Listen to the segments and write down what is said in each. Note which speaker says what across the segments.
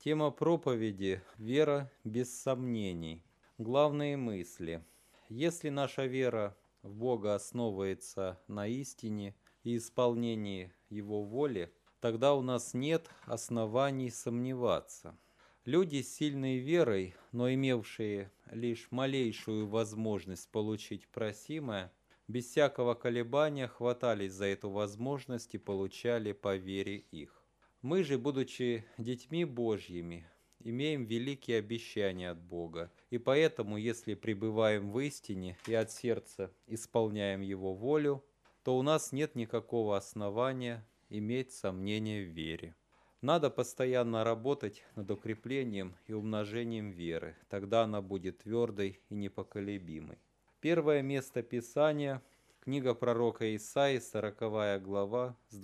Speaker 1: Тема проповеди – вера без сомнений. Главные мысли. Если наша вера в Бога основывается на истине и исполнении Его воли, тогда у нас нет оснований сомневаться. Люди с сильной верой, но имевшие лишь малейшую возможность получить просимое, без всякого колебания хватались за эту возможность и получали по вере их. Мы же, будучи детьми Божьими, имеем великие обещания от Бога, и поэтому, если пребываем в истине и от сердца исполняем Его волю, то у нас нет никакого основания иметь сомнения в вере. Надо постоянно работать над укреплением и умножением веры, тогда она будет твердой и непоколебимой. Первое место Писания – книга пророка Исаии, 40 глава, с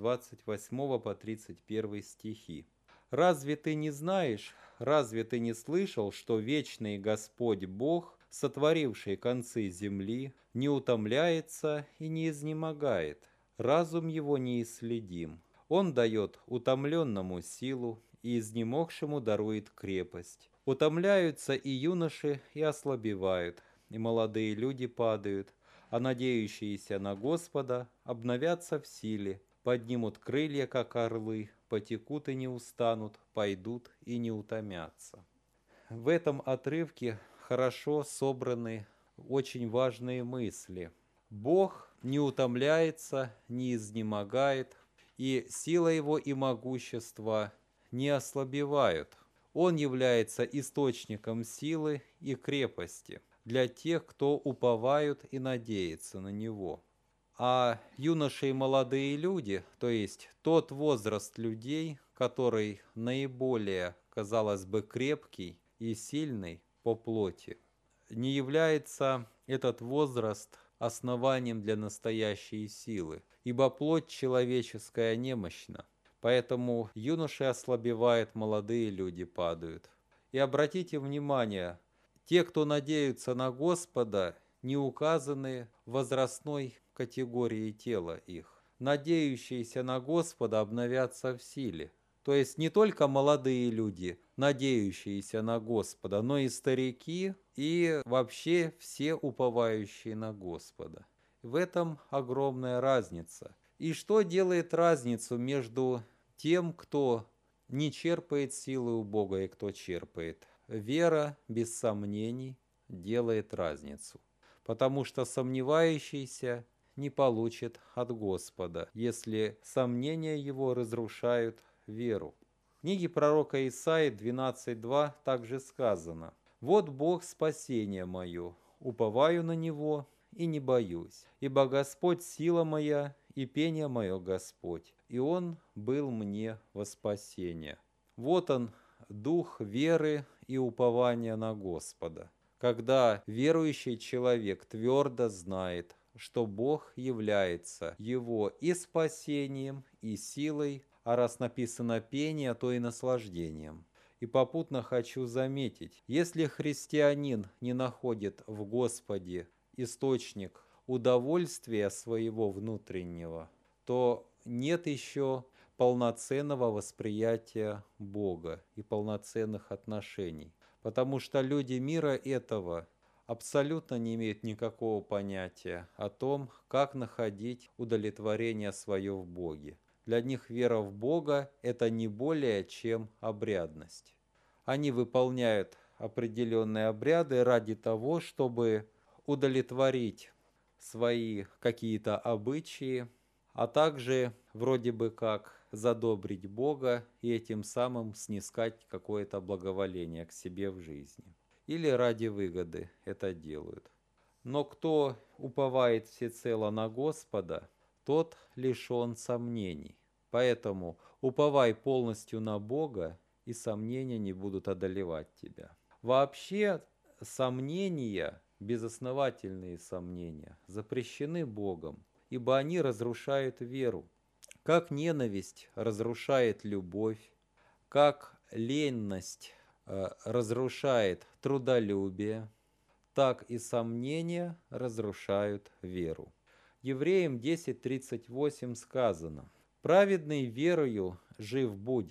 Speaker 1: 28 по 31 стихи. «Разве ты не знаешь, разве ты не слышал, что вечный Господь Бог, сотворивший концы земли, не утомляется и не изнемогает? Разум его неисследим. Он дает утомленному силу, и изнемогшему дарует крепость. Утомляются и юноши, и ослабевают, и молодые люди падают, а надеющиеся на Господа обновятся в силе, поднимут крылья, как орлы, потекут и не устанут, пойдут и не утомятся». В этом отрывке хорошо собраны очень важные мысли. Бог не утомляется, не изнемогает, и сила Его и могущество не ослабевают. Он является источником силы и крепости для тех, кто уповают и надеются на Него. А юноши и молодые люди, то есть тот возраст людей, который наиболее, казалось бы, крепкий и сильный по плоти, не является этот возраст основанием для настоящей силы, ибо плоть человеческая немощна. Поэтому юноши ослабевают, молодые люди падают. И обратите внимание, те, кто надеются на Господа, не указаны возрастной категории тела их. Надеющиеся на Господа обновятся в силе. То есть не только молодые люди, надеющиеся на Господа, но и старики, и вообще все уповающие на Господа. В этом огромная разница. И что делает разницу между тем, кто не черпает силы у Бога, и кто черпает? Вера, без сомнений, делает разницу. Потому что сомневающийся не получит от Господа, если сомнения его разрушают веру. В книге пророка Исаии 12:2 также сказано: «Вот Бог спасение мое, уповаю на Него и не боюсь, ибо Господь сила моя и пение мое Господь, и Он был мне во спасение». Вот он, дух веры и упования на Господа, когда верующий человек твердо знает, что Бог является его и спасением, и силой, а раз написано пение, то и наслаждением. И попутно хочу заметить, если христианин не находит в Господе источник удовольствия своего внутреннего, то нет еще полноценного восприятия Бога и полноценных отношений. Потому что люди мира этого абсолютно не имеют никакого понятия о том, как находить удовлетворение свое в Боге. Для них вера в Бога – это не более чем обрядность. Они выполняют определенные обряды ради того, чтобы удовлетворить свои какие-то обычаи, а также вроде бы как задобрить Бога и этим самым снискать какое-то благоволение к себе в жизни. Или ради выгоды это делают. Но кто уповает всецело на Господа, тот лишен сомнений. Поэтому уповай полностью на Бога, и сомнения не будут одолевать тебя. Вообще, сомнения, безосновательные сомнения, запрещены Богом, ибо они разрушают веру. Как ненависть разрушает любовь, как ленность разрушает трудолюбие, так и сомнения разрушают веру. Евреям 10:38 сказано: «Праведный верою жив будет,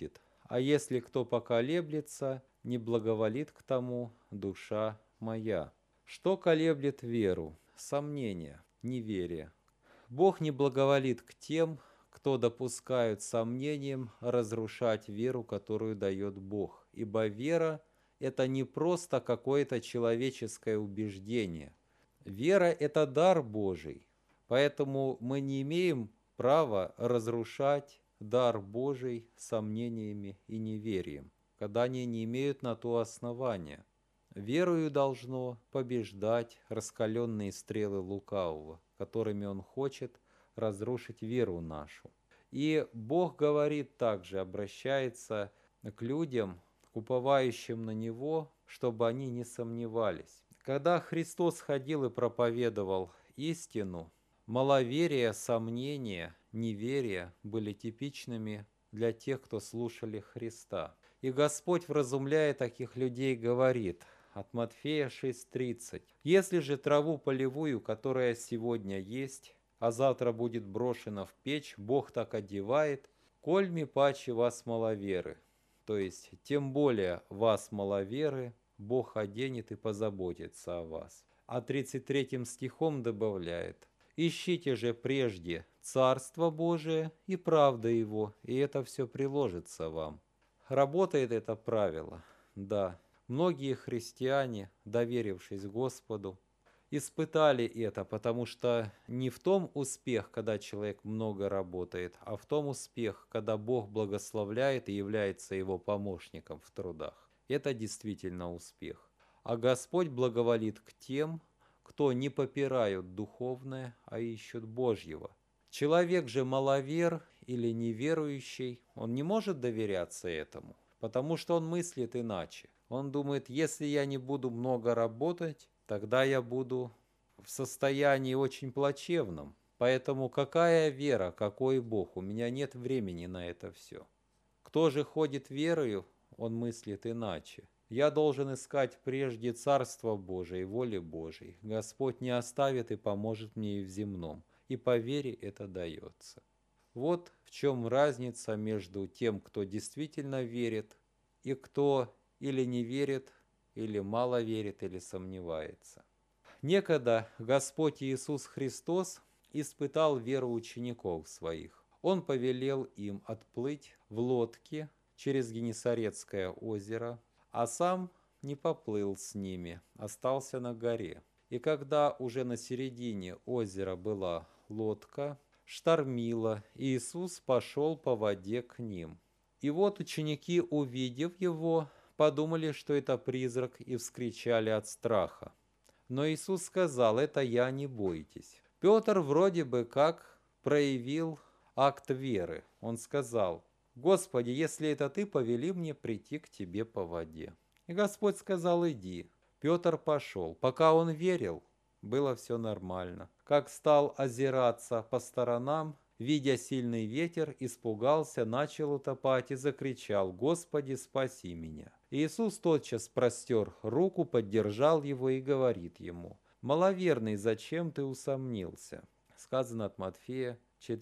Speaker 1: а если кто поколеблется, не благоволит к тому душа моя. Что колеблет веру? Сомнение, неверие. Бог не благоволит к тем, кто допускают сомнением разрушать веру, которую дает Бог. Ибо вера – это не просто какое-то человеческое убеждение. Вера – это дар Божий, поэтому мы не имеем права разрушать дар Божий сомнениями и неверием, когда они не имеют на то основания. Верою должно побеждать раскаленные стрелы лукавого, которыми он хочет разрушить веру нашу. И Бог говорит также, обращается к людям, к уповающим на Него, чтобы они не сомневались. Когда Христос ходил и проповедовал истину, маловерие, сомнение, неверие были типичными для тех, кто слушали Христа. И Господь, вразумляя таких людей, говорит от Матфея 6:30: «Если же траву полевую, которая сегодня есть, а завтра будет брошена в печь, Бог так одевает, кольми паче вас маловеры». То есть, тем более вас маловеры, Бог оденет и позаботится о вас. А 33 стихом добавляет: «Ищите же прежде Царство Божие и правда Его, и это все приложится вам». Работает это правило? Да. Многие христиане, доверившись Господу, испытали это, потому что не в том успех, когда человек много работает, а в том успех, когда Бог благословляет и является его помощником в трудах. Это действительно успех. А Господь благоволит к тем, кто не попирают духовное, а ищут Божьего. Человек же маловер или неверующий, он не может доверяться этому, потому что он мыслит иначе. Он думает, если я не буду много работать, тогда я буду в состоянии очень плачевном. Поэтому какая вера, какой Бог? У меня нет времени на это все. Кто же ходит верою, он мыслит иначе. Я должен искать прежде Царство Божие и воли Божией. Господь не оставит и поможет мне и в земном. И по вере это дается. Вот в чем разница между тем, кто действительно верит, и кто или не верит, или мало верит, или сомневается. Некогда Господь Иисус Христос испытал веру учеников своих. Он повелел им отплыть в лодке через Генесарецкое озеро, а сам не поплыл с ними, остался на горе. И когда уже на середине озера была лодка, штормило, и Иисус пошел по воде к ним. И вот ученики, увидев его, подумали, что это призрак, и вскричали от страха. Но Иисус сказал: «Это я, не бойтесь». Петр вроде бы как проявил акт веры. Он сказал: «Господи, если это ты, повели мне прийти к тебе по воде». И Господь сказал: «Иди». Петр пошел. Пока он верил, было все нормально. Как стал озираться по сторонам, видя сильный ветер, испугался, начал утопать и закричал: «Господи, спаси меня!» Иисус тотчас простер руку, поддержал его и говорит ему: «Маловерный, зачем ты усомнился?» Сказано от Матфея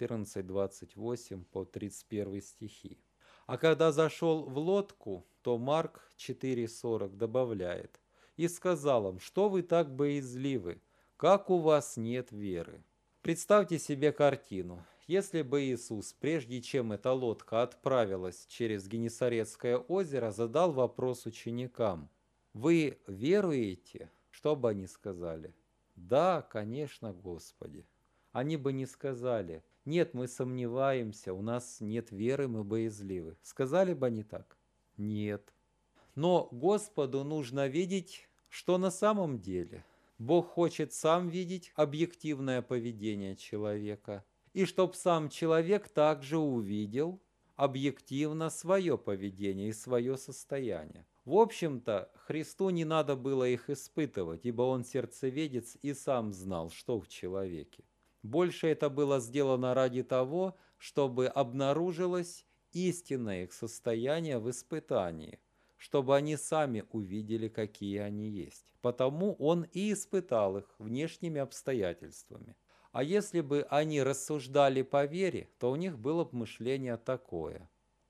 Speaker 1: 14:28 по 31 стихи. А когда зашел в лодку, то Марк 4:40 добавляет: «И сказал им: что вы так боязливы? Как у вас нет веры?» Представьте себе картину. Если бы Иисус, прежде чем эта лодка отправилась через Генесарецкое озеро, задал вопрос ученикам: «Вы веруете?» Что бы они сказали? «Да, конечно, Господи». Они бы не сказали: «Нет, мы сомневаемся, у нас нет веры, мы боязливы». Сказали бы они так? Нет. Но Господу нужно видеть, что на самом деле. Бог хочет сам видеть объективное поведение человека, и чтоб сам человек также увидел объективно свое поведение и свое состояние. В общем-то, Христу не надо было их испытывать, ибо Он сердцеведец и сам знал, что в человеке. Больше это было сделано ради того, чтобы обнаружилось истинное их состояние в испытании, чтобы они сами увидели, какие они есть. Потому Он и испытал их внешними обстоятельствами. А если бы они рассуждали по вере, то у них было бы мышление такое: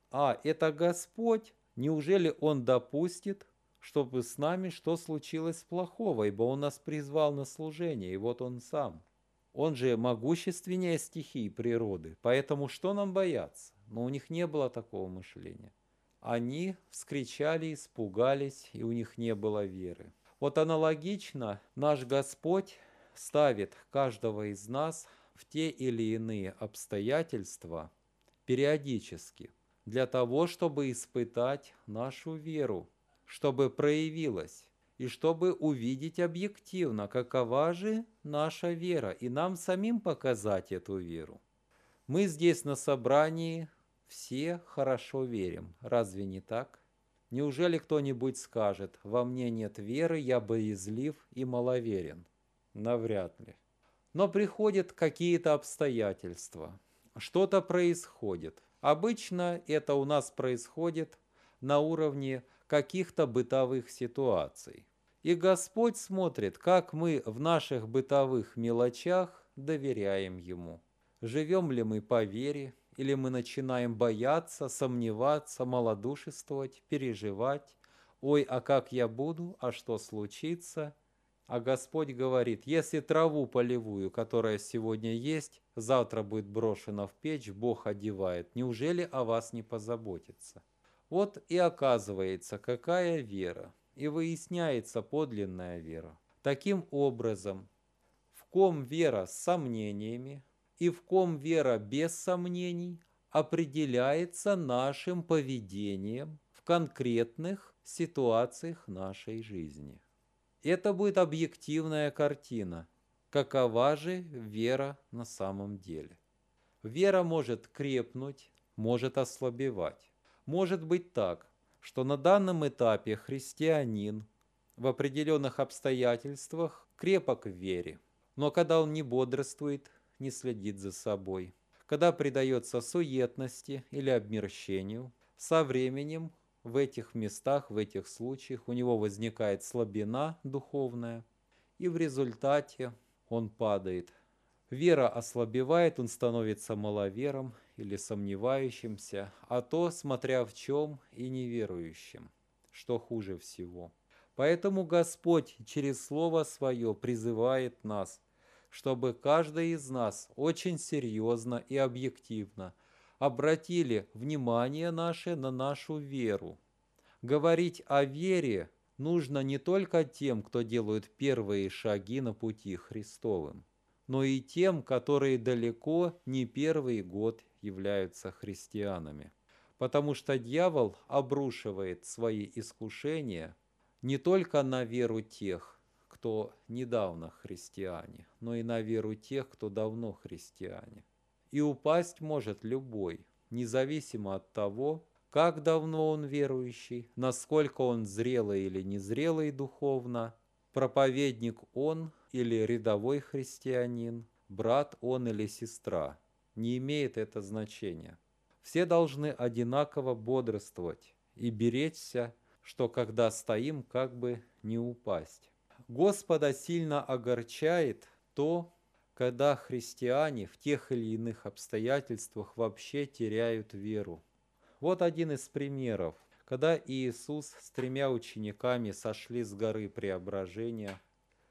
Speaker 1: это Господь, неужели Он допустит, чтобы с нами что случилось плохого, ибо Он нас призвал на служение, и вот Он сам. Он же могущественнее стихий природы, поэтому что нам бояться? Но у них не было такого мышления. Они вскричали, испугались, и у них не было веры. Вот аналогично наш Господь ставит каждого из нас в те или иные обстоятельства периодически для того, чтобы испытать нашу веру, чтобы проявилась, и чтобы увидеть объективно, какова же наша вера, и нам самим показать эту веру. Мы здесь на собрании все хорошо верим, разве не так? Неужели кто-нибудь скажет: «Во мне нет веры, я боязлив и маловерен»? Навряд ли. Но приходят какие-то обстоятельства, что-то происходит. Обычно это у нас происходит на уровне каких-то бытовых ситуаций. И Господь смотрит, как мы в наших бытовых мелочах доверяем Ему. Живем ли мы по вере, или мы начинаем бояться, сомневаться, малодушествовать, переживать. «Ой, а как я буду? А что случится?» А Господь говорит: если траву полевую, которая сегодня есть, завтра будет брошена в печь, Бог одевает. Неужели о вас не позаботится? Вот и оказывается, какая вера, и выясняется подлинная вера. Таким образом, в ком вера с сомнениями и в ком вера без сомнений определяется нашим поведением в конкретных ситуациях нашей жизни. Это будет объективная картина. Какова же вера на самом деле? Вера может крепнуть, может ослабевать. Может быть так, что на данном этапе христианин в определенных обстоятельствах крепок в вере, но когда он не бодрствует, не следит за собой, когда предается суетности или обмерщению, со временем в этих местах, в этих случаях у него возникает слабина духовная, и в результате он падает. Вера ослабевает, он становится маловером или сомневающимся, а то, смотря в чем, и неверующим, что хуже всего. Поэтому Господь через Слово Свое призывает нас, чтобы каждый из нас очень серьезно и объективно обратили внимание наше на нашу веру. Говорить о вере нужно не только тем, кто делает первые шаги на пути Христовым, но и тем, которые далеко не первый год являются христианами. Потому что дьявол обрушивает свои искушения не только на веру тех, кто недавно христиане, но и на веру тех, кто давно христиане. И упасть может любой, независимо от того, как давно он верующий, насколько он зрелый или незрелый духовно, проповедник он или рядовой христианин, брат он или сестра. Не имеет это значения. Все должны одинаково бодрствовать и беречься, что когда стоим, как бы не упасть. Господа сильно огорчает то, когда христиане в тех или иных обстоятельствах вообще теряют веру. Вот один из примеров. Когда Иисус с 3 учениками сошли с горы Преображения,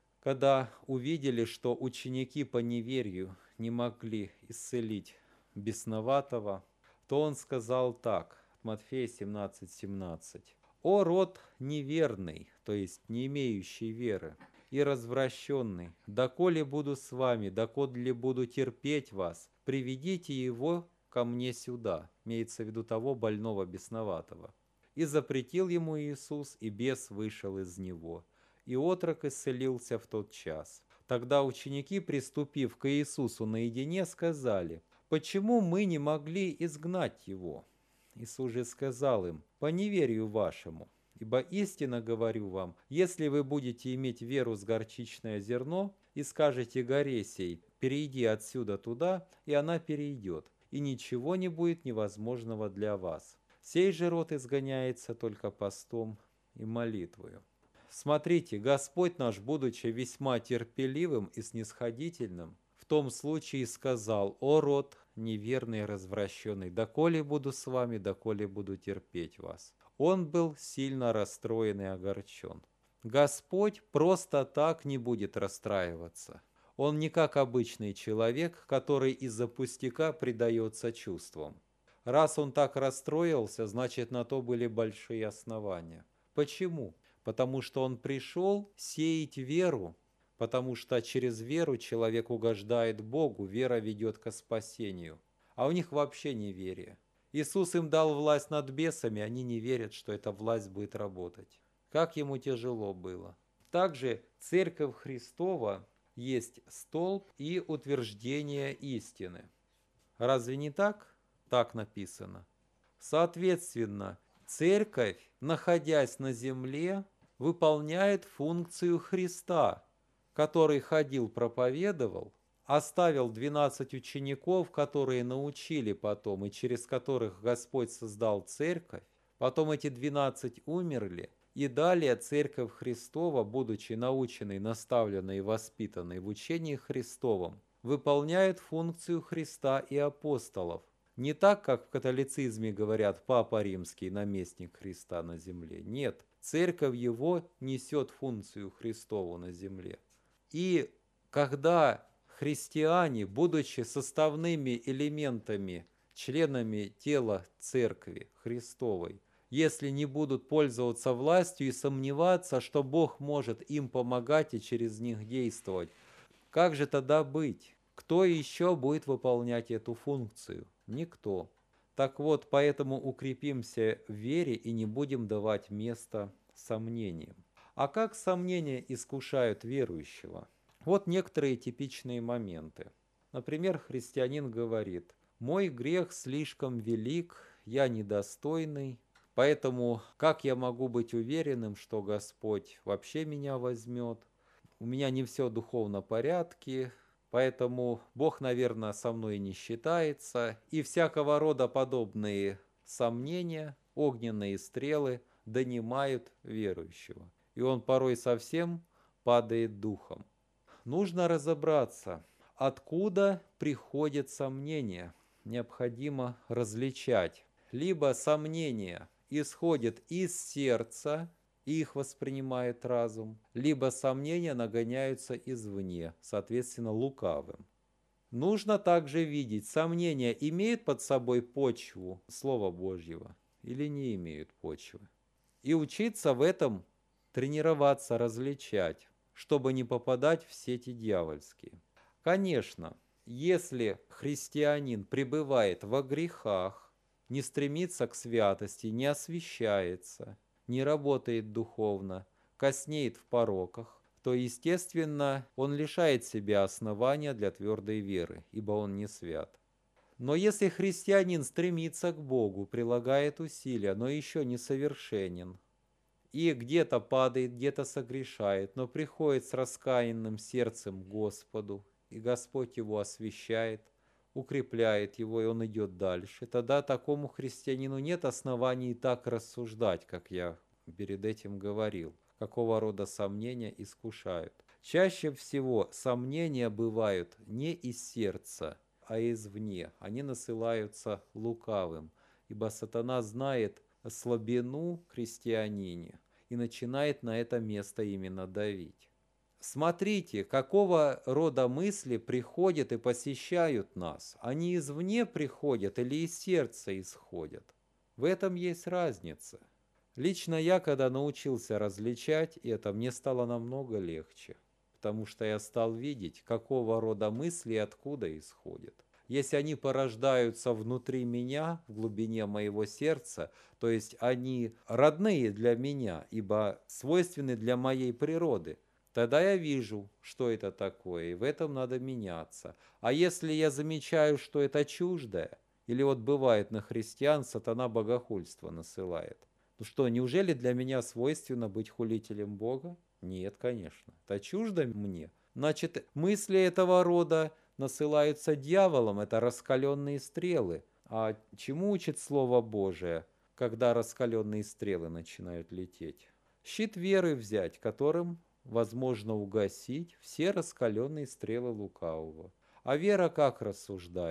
Speaker 1: когда увидели, что ученики по неверию не могли исцелить бесноватого, то Он сказал так, Матфея 17:17. «О род неверный, то есть не имеющий веры, и развращенный, доколе буду с вами, доколе буду терпеть вас, приведите его ко мне сюда», имеется в виду того больного бесноватого. «И запретил ему Иисус, и бес вышел из него, и отрок исцелился в тот час. Тогда ученики, приступив к Иисусу наедине, сказали: почему мы не могли изгнать его? Иисус же сказал им: по неверию вашему. Ибо истинно говорю вам, если вы будете иметь веру с горчичное зерно и скажете горе сей: перейди отсюда туда, и она перейдет, и ничего не будет невозможного для вас. Сей же род изгоняется только постом и молитвою». Смотрите, Господь наш, будучи весьма терпеливым и снисходительным, в том случае сказал: «О род неверный и развращенный, доколе буду с вами, доколе буду терпеть вас. Он был сильно расстроен и огорчен. Господь просто так не будет расстраиваться. Он не как обычный человек, который из-за пустяка предается чувствам. Раз он так расстроился, значит, на то были большие основания. Почему? Потому что он пришел сеять веру, потому что через веру человек угождает Богу, вера ведет ко спасению. А у них вообще неверие. Иисус им дал власть над бесами, они не верят, что эта власть будет работать. Как ему тяжело было. Также Церковь Христова есть столб и утверждение истины. Разве не так? Так написано. Соответственно, Церковь, находясь на земле, выполняет функцию Христа, который ходил, проповедовал, оставил 12 учеников, которые научили потом, и через которых Господь создал Церковь. Потом эти 12 умерли, и далее Церковь Христова, будучи наученной, наставленной и воспитанной в учении Христовом, выполняет функцию Христа и апостолов. Не так, как в католицизме говорят Папа Римский, наместник Христа на земле. Нет, Церковь его несет функцию Христову на земле. И когда христиане, будучи составными элементами, членами тела Церкви Христовой, если не будут пользоваться властью и сомневаться, что Бог может им помогать и через них действовать, как же тогда быть? Кто еще будет выполнять эту функцию? Никто. Так вот, поэтому укрепимся в вере и не будем давать место сомнениям. А как сомнения искушают верующего? Вот некоторые типичные моменты. Например, христианин говорит: «Мой грех слишком велик, я недостойный, поэтому как я могу быть уверенным, что Господь вообще меня возьмет? У меня не все духовно в порядке, поэтому Бог, наверное, со мной не считается». И всякого рода подобные сомнения, огненные стрелы донимают верующего. И он порой совсем падает духом. Нужно разобраться, откуда приходят сомнения. Необходимо различать. Либо сомнения исходят из сердца, и их воспринимает разум, либо сомнения нагоняются извне, соответственно, лукавым. Нужно также видеть, сомнения имеют под собой почву Слова Божьего или не имеют почвы. И учиться в этом, тренироваться, различать, чтобы не попадать в сети дьявольские. Конечно, если христианин пребывает во грехах, не стремится к святости, не освящается, не работает духовно, коснеет в пороках, то, естественно, он лишает себя основания для твердой веры, ибо он не свят. Но если христианин стремится к Богу, прилагает усилия, но еще не совершенен, и где-то падает, где-то согрешает, но приходит с раскаянным сердцем к Господу, и Господь его освящает, укрепляет его, и он идет дальше, тогда такому христианину нет оснований так рассуждать, как я перед этим говорил, какого рода сомнения искушают. Чаще всего сомнения бывают не из сердца, а извне. Они насылаются лукавым, ибо сатана знает слабину христианине и начинает на это место именно давить. Смотрите, какого рода мысли приходят и посещают нас. Они извне приходят или из сердца исходят. В этом есть разница. Лично я, когда научился различать это, мне стало намного легче, потому что я стал видеть, какого рода мысли и откуда исходят. Если они порождаются внутри меня, в глубине моего сердца, то есть они родные для меня, ибо свойственны для моей природы, тогда я вижу, что это такое, и в этом надо меняться. А если я замечаю, что это чуждое, или вот бывает на христиан сатана богохульство насылает, ну что, неужели для меня свойственно быть хулителем Бога? Нет, конечно. Это чуждо мне. Значит, мысли этого рода насылаются дьяволом, это раскаленные стрелы. А чему учит Слово Божие, когда раскаленные стрелы начинают лететь? Щит веры взять, которым возможно угасить все раскаленные стрелы лукавого. А вера как рассуждает?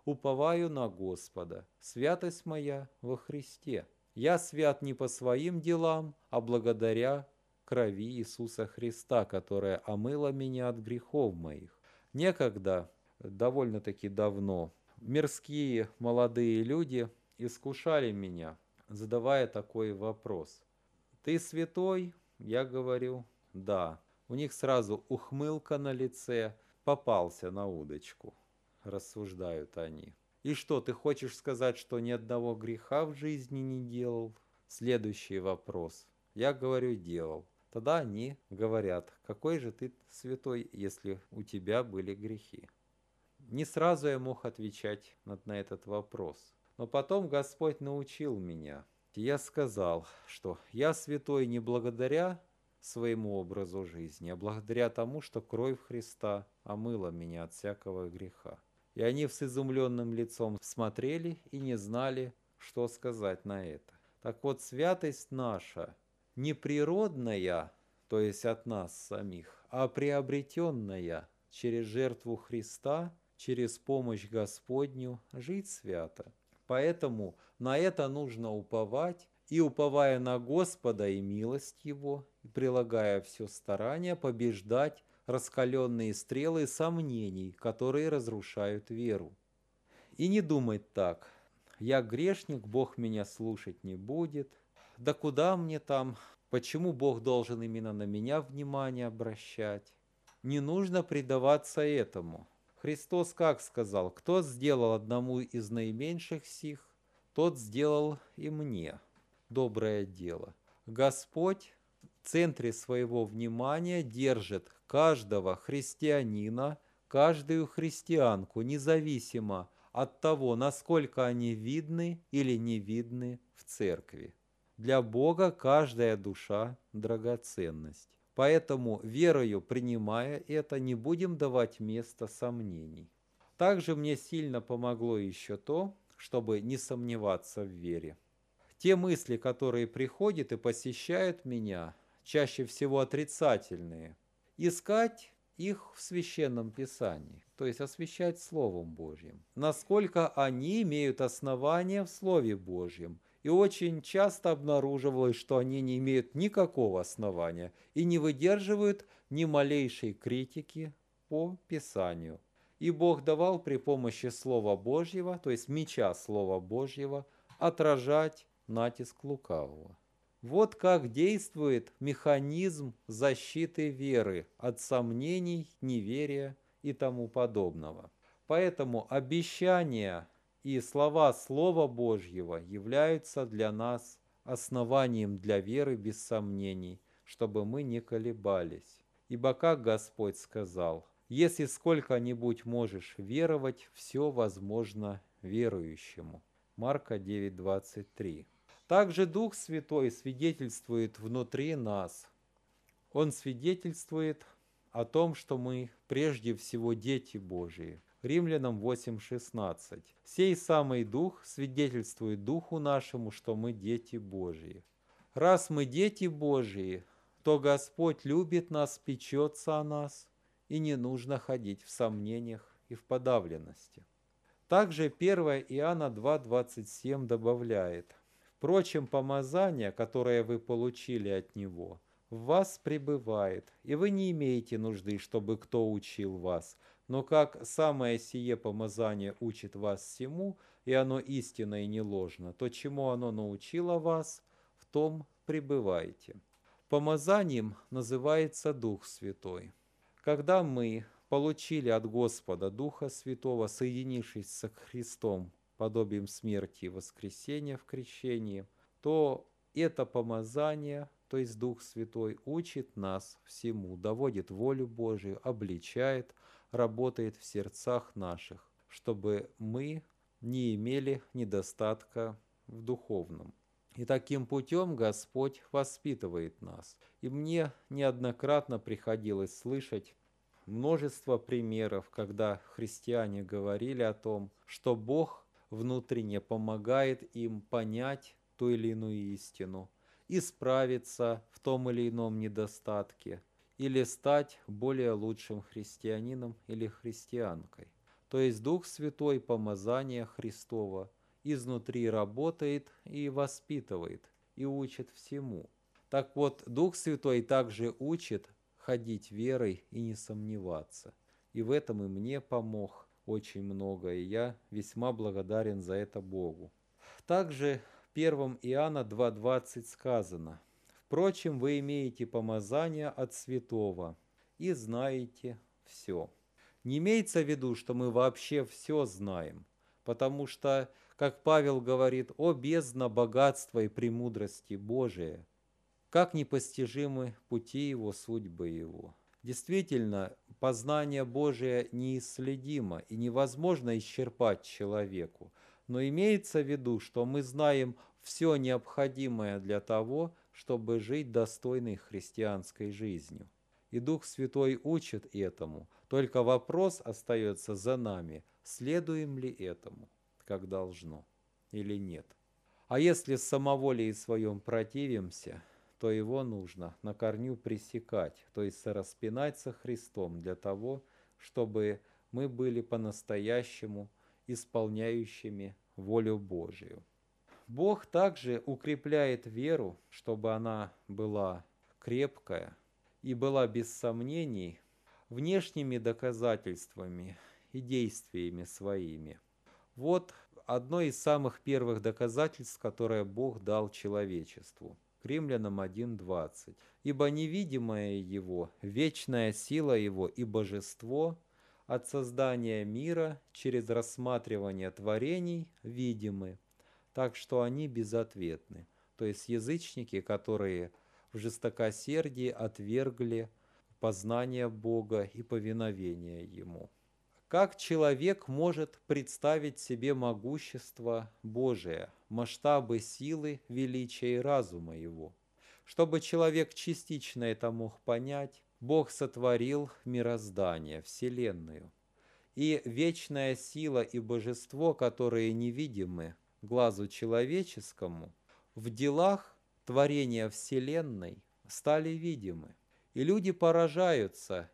Speaker 1: уповаю на Господа. Святость моя во Христе. Я свят не по своим делам, а благодаря крови Иисуса Христа, которая омыла меня от грехов моих. Некогда, довольно-таки давно, мирские молодые люди искушали меня, задавая такой вопрос. «Ты святой?» Я говорю, «Да». У них сразу ухмылка на лице, попался на удочку, рассуждают они. «И что, ты хочешь сказать, что ни одного греха в жизни не делал?» Следующий вопрос. Я говорю, делал. Тогда они говорят, какой же ты святой, если у тебя были грехи? Не сразу я мог отвечать на этот вопрос. Но потом Господь научил меня. И я сказал, что я святой не благодаря своему образу жизни, а благодаря тому, что кровь Христа омыла меня от всякого греха. И они с изумленным лицом смотрели и не знали, что сказать на это. Так вот, святость наша не природная, то есть от нас самих, а приобретенная через жертву Христа, через помощь Господню жить свято. Поэтому на это нужно уповать, и уповая на Господа и милость Его, и прилагая все старание, побеждать раскаленные стрелы сомнений, которые разрушают веру. И не думать так: я грешник, Бог меня слушать не будет, да куда мне там, почему Бог должен именно на меня внимание обращать? Не нужно предаваться этому. Христос как сказал: кто сделал одному из наименьших сих, тот сделал и мне доброе дело. Господь в центре своего внимания держит каждого христианина, каждую христианку, независимо от того, насколько они видны или не видны в церкви. Для Бога каждая душа – драгоценность. Поэтому, верою принимая это, не будем давать места сомнений. Также мне сильно помогло еще то, чтобы не сомневаться в вере. Те мысли, которые приходят и посещают меня, чаще всего отрицательные, искать их в Священном Писании, то есть освящать Словом Божьим. Насколько они имеют основание в Слове Божьем. И очень часто обнаруживалось, что они не имеют никакого основания и не выдерживают ни малейшей критики по Писанию. И Бог давал при помощи Слова Божьего, то есть меча Слова Божьего, отражать натиск лукавого. Вот как действует механизм защиты веры от сомнений, неверия и тому подобного. Поэтому обещания и слова Слова Божьего являются для нас основанием для веры без сомнений, чтобы мы не колебались. Ибо как Господь сказал: «Если сколько-нибудь можешь веровать, все возможно верующему». Марка 9:23. Также Дух Святой свидетельствует внутри нас. Он свидетельствует о том, что мы прежде всего дети Божии. Римлянам 8:16. «Сей самый Дух свидетельствует Духу нашему, что мы дети Божии». Раз мы дети Божии, то Господь любит нас, печется о нас, и не нужно ходить в сомнениях и в подавленности. Также 1 Иоанна 2:27 добавляет: «Впрочем, помазание, которое вы получили от Него, в вас пребывает, и вы не имеете нужды, чтобы кто учил вас, но как самое сие помазание учит вас всему, и оно истинно и не ложно, то чему оно научило вас, в том пребывайте». Помазанием называется Дух Святой. Когда мы получили от Господа Духа Святого, соединившись со Христом подобием смерти и воскресения в крещении, то это помазание, то есть Дух Святой, учит нас всему, доводит волю Божию, обличает, работает в сердцах наших, чтобы мы не имели недостатка в духовном. И таким путем Господь воспитывает нас. И мне неоднократно приходилось слышать множество примеров, когда христиане говорили о том, что Бог внутренне помогает им понять ту или иную истину, исправиться в том или ином недостатке или стать более лучшим христианином или христианкой. То есть Дух Святой, помазание Христова, изнутри работает и воспитывает, и учит всему. Так вот, Дух Святой также учит ходить верой и не сомневаться. И в этом и мне помог очень много, и я весьма благодарен за это Богу. Также в 1 Иоанна 2:20 сказано: «Впрочем, вы имеете помазание от святого и знаете все». Не имеется в виду, что мы вообще все знаем, потому что, как Павел говорит, «О бездна богатства и премудрости Божия, как непостижимы пути Его, судьбы Его». Действительно, познание Божие неисследимо и невозможно исчерпать человеку, но имеется в виду, что мы знаем все необходимое для того, чтобы жить достойной христианской жизнью. И Дух Святой учит этому, только вопрос остается за нами, следуем ли этому, как должно, или нет. А если с самоволей своем противимся, то его нужно на корню пресекать, то есть сораспинать со Христом для того, чтобы мы были по-настоящему исполняющими волю Божию. Бог также укрепляет веру, чтобы она была крепкая и была без сомнений внешними доказательствами и действиями своими. Вот одно из самых первых доказательств, которое Бог дал человечеству. К Римлянам 1:20. «Ибо невидимое Его, вечная сила Его и божество от создания мира через рассматривание творений видимы, так что они безответны». То есть язычники, которые в жестокосердии отвергли познание Бога и повиновение Ему. Как человек может представить себе могущество Божие, масштабы силы, величия и разума его? Чтобы человек частично это мог понять, Бог сотворил мироздание, Вселенную. И вечная сила и божество, которые невидимы глазу человеческому, в делах творения Вселенной стали видимы. И люди поражаются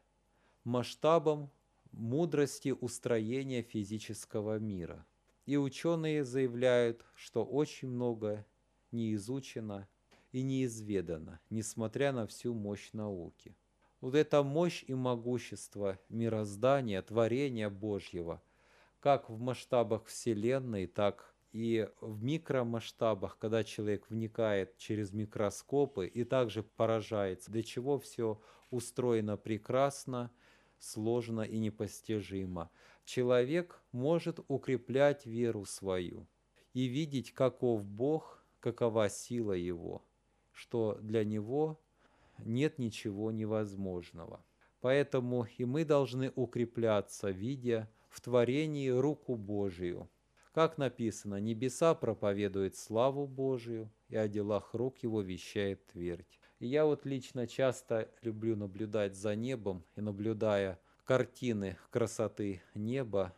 Speaker 1: масштабом мудрости устроения физического мира. И ученые заявляют, что очень много не изучено и не изведано, несмотря на всю мощь науки. Вот эта мощь и могущество мироздания, творения Божьего, как в масштабах Вселенной, так и в микромасштабах, когда человек вникает через микроскопы и также поражается, для чего все устроено прекрасно, сложно и непостижимо. Человек может укреплять веру свою и видеть, каков Бог, какова сила Его, что для Него нет ничего невозможного. Поэтому и мы должны укрепляться, видя в творении руку Божию. Как написано, небеса проповедуют славу Божию, и о делах рук Его вещает твердь. И я вот лично часто люблю наблюдать за небом и наблюдая картины красоты неба,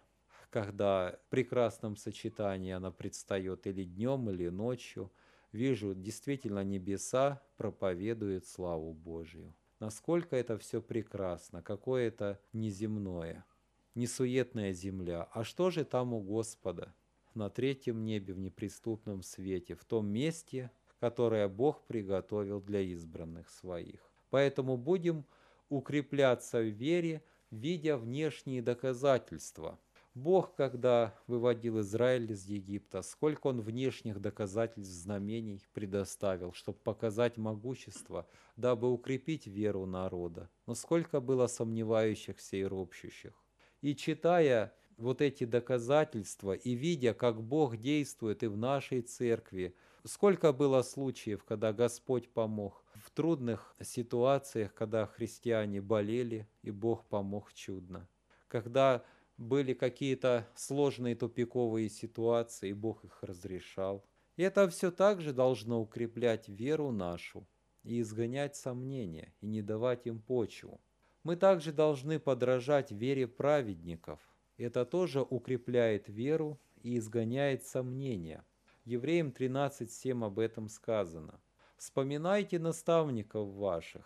Speaker 1: когда в прекрасном сочетании она предстает или днем, или ночью, вижу, действительно небеса проповедуют славу Божию. Насколько это все прекрасно, какое это неземное, несуетная земля. А что же там у Господа? На третьем небе, в неприступном свете, в том месте, которое Бог приготовил для избранных своих. Поэтому будем укрепляться в вере, видя внешние доказательства. Бог, когда выводил Израиль из Египта, сколько Он внешних доказательств, знамений предоставил, чтобы показать могущество, дабы укрепить веру народа. Но сколько было сомневающихся и ропщущих. И читая вот эти доказательства и видя, как Бог действует и в нашей церкви, сколько было случаев, когда Господь помог в трудных ситуациях, когда христиане болели, и Бог помог чудно. Когда были какие-то сложные тупиковые ситуации, и Бог их разрешал. И это все также должно укреплять веру нашу и изгонять сомнения, и не давать им почву. Мы также должны подражать вере праведников. Это тоже укрепляет веру и изгоняет сомнения. Евреям 13:7 об этом сказано. «Вспоминайте наставников ваших,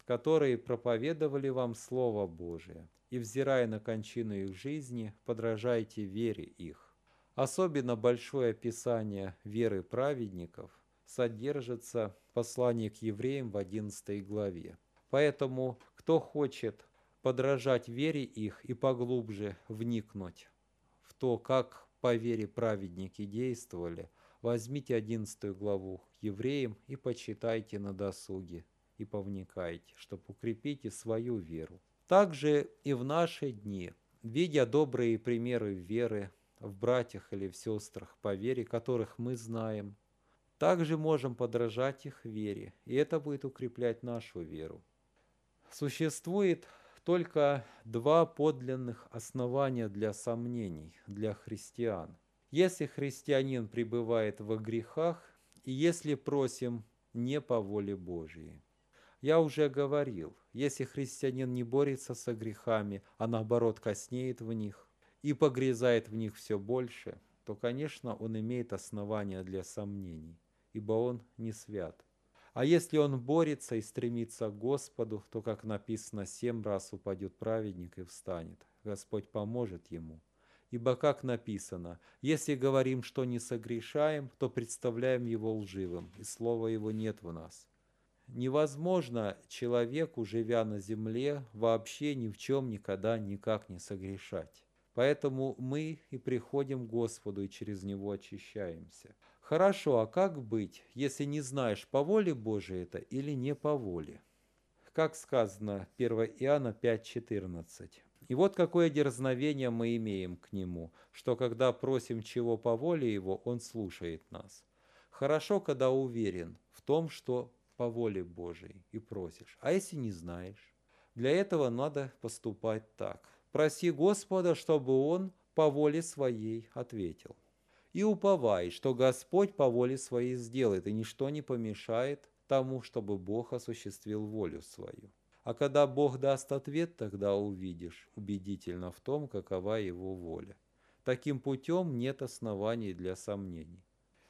Speaker 1: которые проповедовали вам Слово Божие, и, взирая на кончину их жизни, подражайте вере их. Особенно большое описание веры праведников содержится в послании к евреям в 11 главе. Поэтому, кто хочет подражать вере их и поглубже вникнуть в то, как по вере праведники действовали, возьмите 11 главу к евреям и почитайте на досуге, и повникайте, чтобы укрепите свою веру. Также и в наши дни, видя добрые примеры веры в братьях или в сестрах по вере, которых мы знаем, также можем подражать их вере, и это будет укреплять нашу веру. Существует только два подлинных основания для сомнений для христиан. Если христианин пребывает во грехах, и если просим не по воле Божией. Я уже говорил, если христианин не борется со грехами, а наоборот коснеет в них и погрязает в них все больше, то, конечно, он имеет основания для сомнений, ибо он не свят. А если он борется и стремится к Господу, то, как написано, 7 раз упадет праведник и встанет. Господь поможет ему. Ибо, как написано, если говорим, что не согрешаем, то представляем его лживым, и слова его нет в нас. Невозможно человеку, живя на земле, вообще ни в чем никогда никак не согрешать. Поэтому мы и приходим к Господу и через Него очищаемся. Хорошо, а как быть, если не знаешь, по воле Божией это или не по воле? Как сказано 1 Иоанна 5,14. И вот какое дерзновение мы имеем к Нему, что когда просим чего по воле Его, Он слушает нас. Хорошо, когда уверен в том, что по воле Божией и просишь. А если не знаешь? Для этого надо поступать так. Проси Господа, чтобы Он по воле Своей ответил. И уповай, что Господь по воле Своей сделает, и ничто не помешает тому, чтобы Бог осуществил волю Свою. А когда Бог даст ответ, тогда увидишь убедительно в том, какова Его воля. Таким путем нет оснований для сомнений.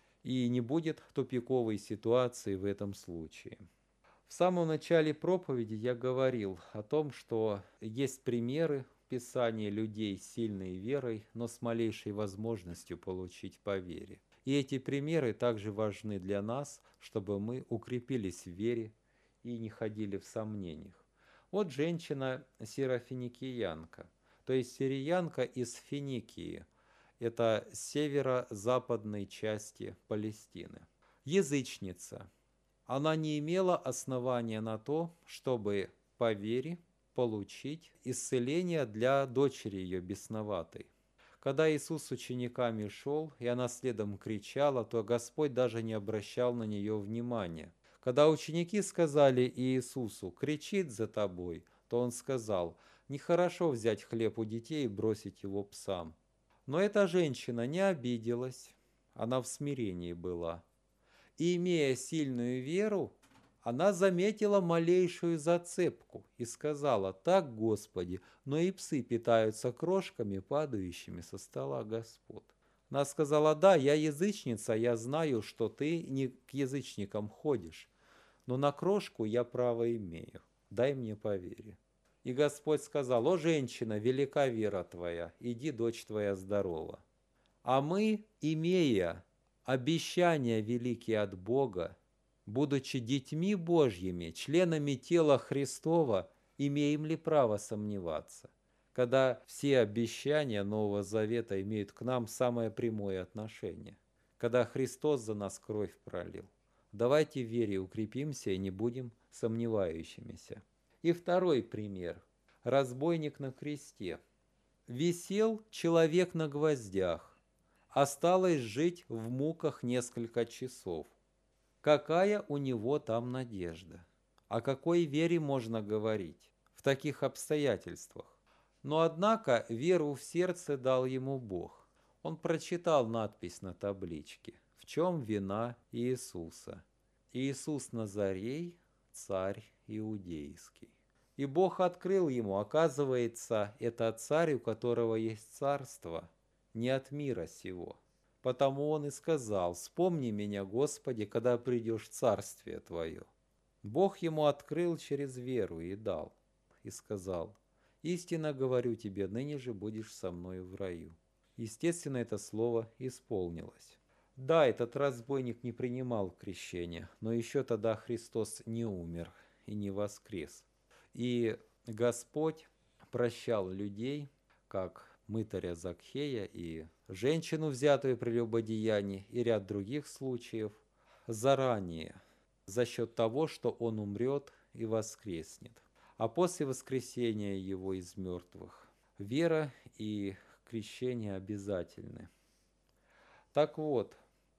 Speaker 1: И не будет тупиковой ситуации в этом случае. В самом начале проповеди я говорил о том, что есть примеры в Писании людей с сильной верой, но с малейшей возможностью получить по вере. И эти примеры также важны для нас, чтобы мы укрепились в вере и не ходили в сомнениях. Вот женщина сирофиникиянка, то есть сириянка из Финикии. Это северо-западной части Палестины. Язычница. Она не имела основания на то, чтобы по вере получить исцеление для дочери ее бесноватой. Когда Иисус с учениками шел, и она следом кричала, то Господь даже не обращал на нее внимания. Когда ученики сказали Иисусу: «Кричит за тобой», то Он сказал: «Нехорошо взять хлеб у детей и бросить его псам». Но эта женщина не обиделась, она в смирении была. И, имея сильную веру, она заметила малейшую зацепку и сказала: «Так, Господи, но и псы питаются крошками, падающими со стола господ». Она сказала: «Да, я язычница, я знаю, что ты не к язычникам ходишь, но на крошку я право имею, дай мне по вере». И Господь сказал: «О, женщина, велика вера твоя, иди, дочь твоя здорова». А мы, имея обещания великие от Бога, будучи детьми Божьими, членами тела Христова, имеем ли право сомневаться, когда все обещания Нового Завета имеют к нам самое прямое отношение, когда Христос за нас кровь пролил? Давайте в вере укрепимся и не будем сомневающимися. И второй пример. Разбойник на кресте. Висел человек на гвоздях. Осталось жить в муках несколько часов. Какая у него там надежда? О какой вере можно говорить в таких обстоятельствах? Но однако веру в сердце дал ему Бог. Он прочитал надпись на табличке: «В чем вина Иисуса? Иисус Назарей, царь иудейский». И Бог открыл ему, оказывается, это царь, у которого есть царство, не от мира сего. Потому он и сказал: «Вспомни меня, Господи, когда придешь в царствие Твое». Бог ему открыл через веру и дал, и сказал: «Истинно говорю тебе, ныне же будешь со мною в раю». Естественно, это слово исполнилось. Да, этот разбойник не принимал крещения, но еще тогда Христос не умер и не воскрес. И Господь прощал людей, как мытаря Закхея и женщину, взятую при прелюбодеянии, и ряд других случаев, заранее, за счет того, что он умрет и воскреснет. А после воскресения его из мертвых вера и крещение обязательны. Так вот,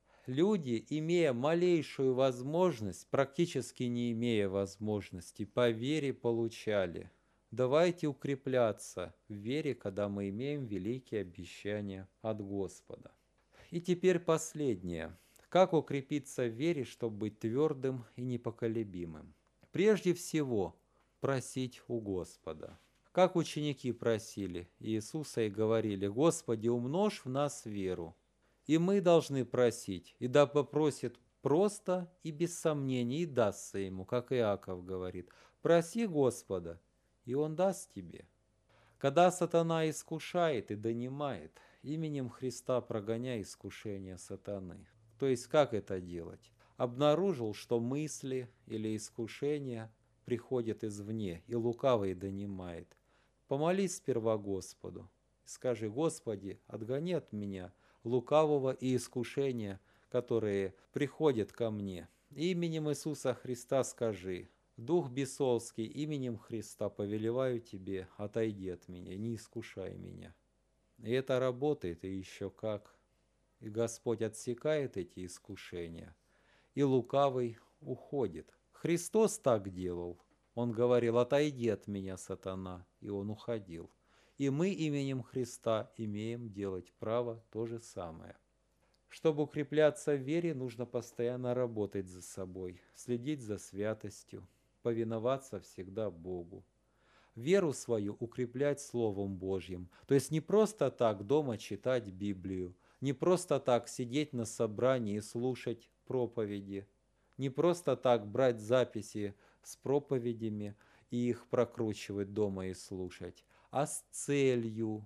Speaker 1: люди, имея малейшую возможность, практически не имея возможности, по вере получали. Давайте укрепляться в вере, когда мы имеем великие обещания от Господа. И теперь последнее. Как укрепиться в вере, чтобы быть твердым и непоколебимым? Прежде всего, просить у Господа. Как ученики просили Иисуса и говорили: «Господи, умножь в нас веру». И мы должны просить, и да попросит просто и без сомнений, и дастся ему, как Иаков говорит. Проси Господа, и Он даст тебе. Когда сатана искушает и донимает, именем Христа прогоняй искушение сатаны. То есть как это делать? Обнаружил, что мысли или искушения приходят извне, и лукавый донимает. Помолись сперва Господу. Скажи: «Господи, отгони от меня лукавого и искушения, которые приходят ко мне». Именем Иисуса Христа скажи: «Дух бесовский, именем Христа повелеваю тебе, отойди от меня, не искушай меня». И это работает, и еще как. И Господь отсекает эти искушения, и лукавый уходит. Христос так делал. Он говорил: «Отойди от меня, сатана», и он уходил. И мы именем Христа имеем делать право то же самое. Чтобы укрепляться в вере, нужно постоянно работать за собой, следить за святостью, повиноваться всегда Богу. Веру свою укреплять Словом Божьим. То есть не просто так дома читать Библию, не просто так сидеть на собрании и слушать проповеди, не просто так брать записи с проповедями и их прокручивать дома и слушать, а с целью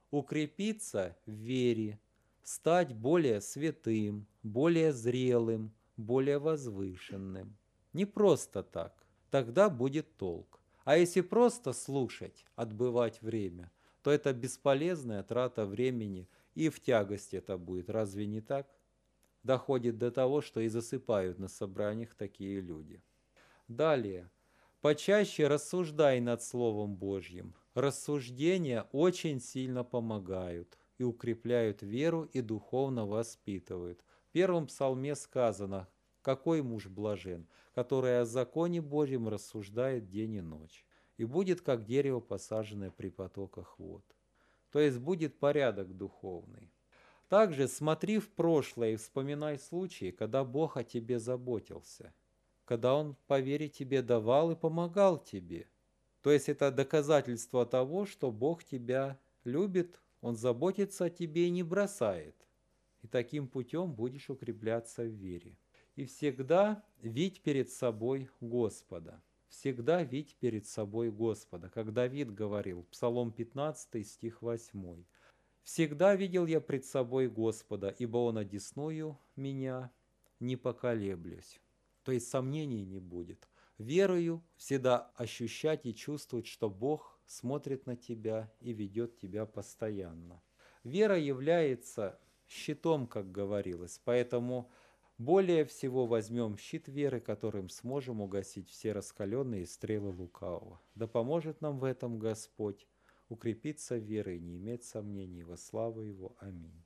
Speaker 1: укрепиться в вере, стать более святым, более зрелым, более возвышенным. Не просто так. Тогда будет толк. А если просто слушать, отбывать время, то это бесполезная трата времени, и в тягость это будет. Разве не так? Доходит до того, что и засыпают на собраниях такие люди. Далее. Почаще рассуждай над Словом Божьим. Рассуждения очень сильно помогают и укрепляют веру и духовно воспитывают. В первом псалме сказано: «Какой муж блажен, который о законе Божьем рассуждает день и ночь, и будет, как дерево, посаженное при потоках вод». То есть будет порядок духовный. Также смотри в прошлое и вспоминай случаи, когда Бог о тебе заботился, когда Он по вере тебе давал и помогал тебе. То есть это доказательство того, что Бог тебя любит, Он заботится о тебе и не бросает. И таким путем будешь укрепляться в вере. И всегда видь перед собой Господа. Всегда видь перед собой Господа. Как Давид говорил, Псалом 15, стих 8. «Всегда видел я пред собой Господа, ибо Он одесную меня, не поколеблюсь». То есть сомнений не будет. Верою всегда ощущать и чувствовать, что Бог смотрит на тебя и ведет тебя постоянно. Вера является щитом, как говорилось, поэтому более всего возьмем щит веры, которым сможем угасить все раскаленные стрелы лукавого. Да поможет нам в этом Господь укрепиться верой и не иметь сомнений во славу Его. Аминь.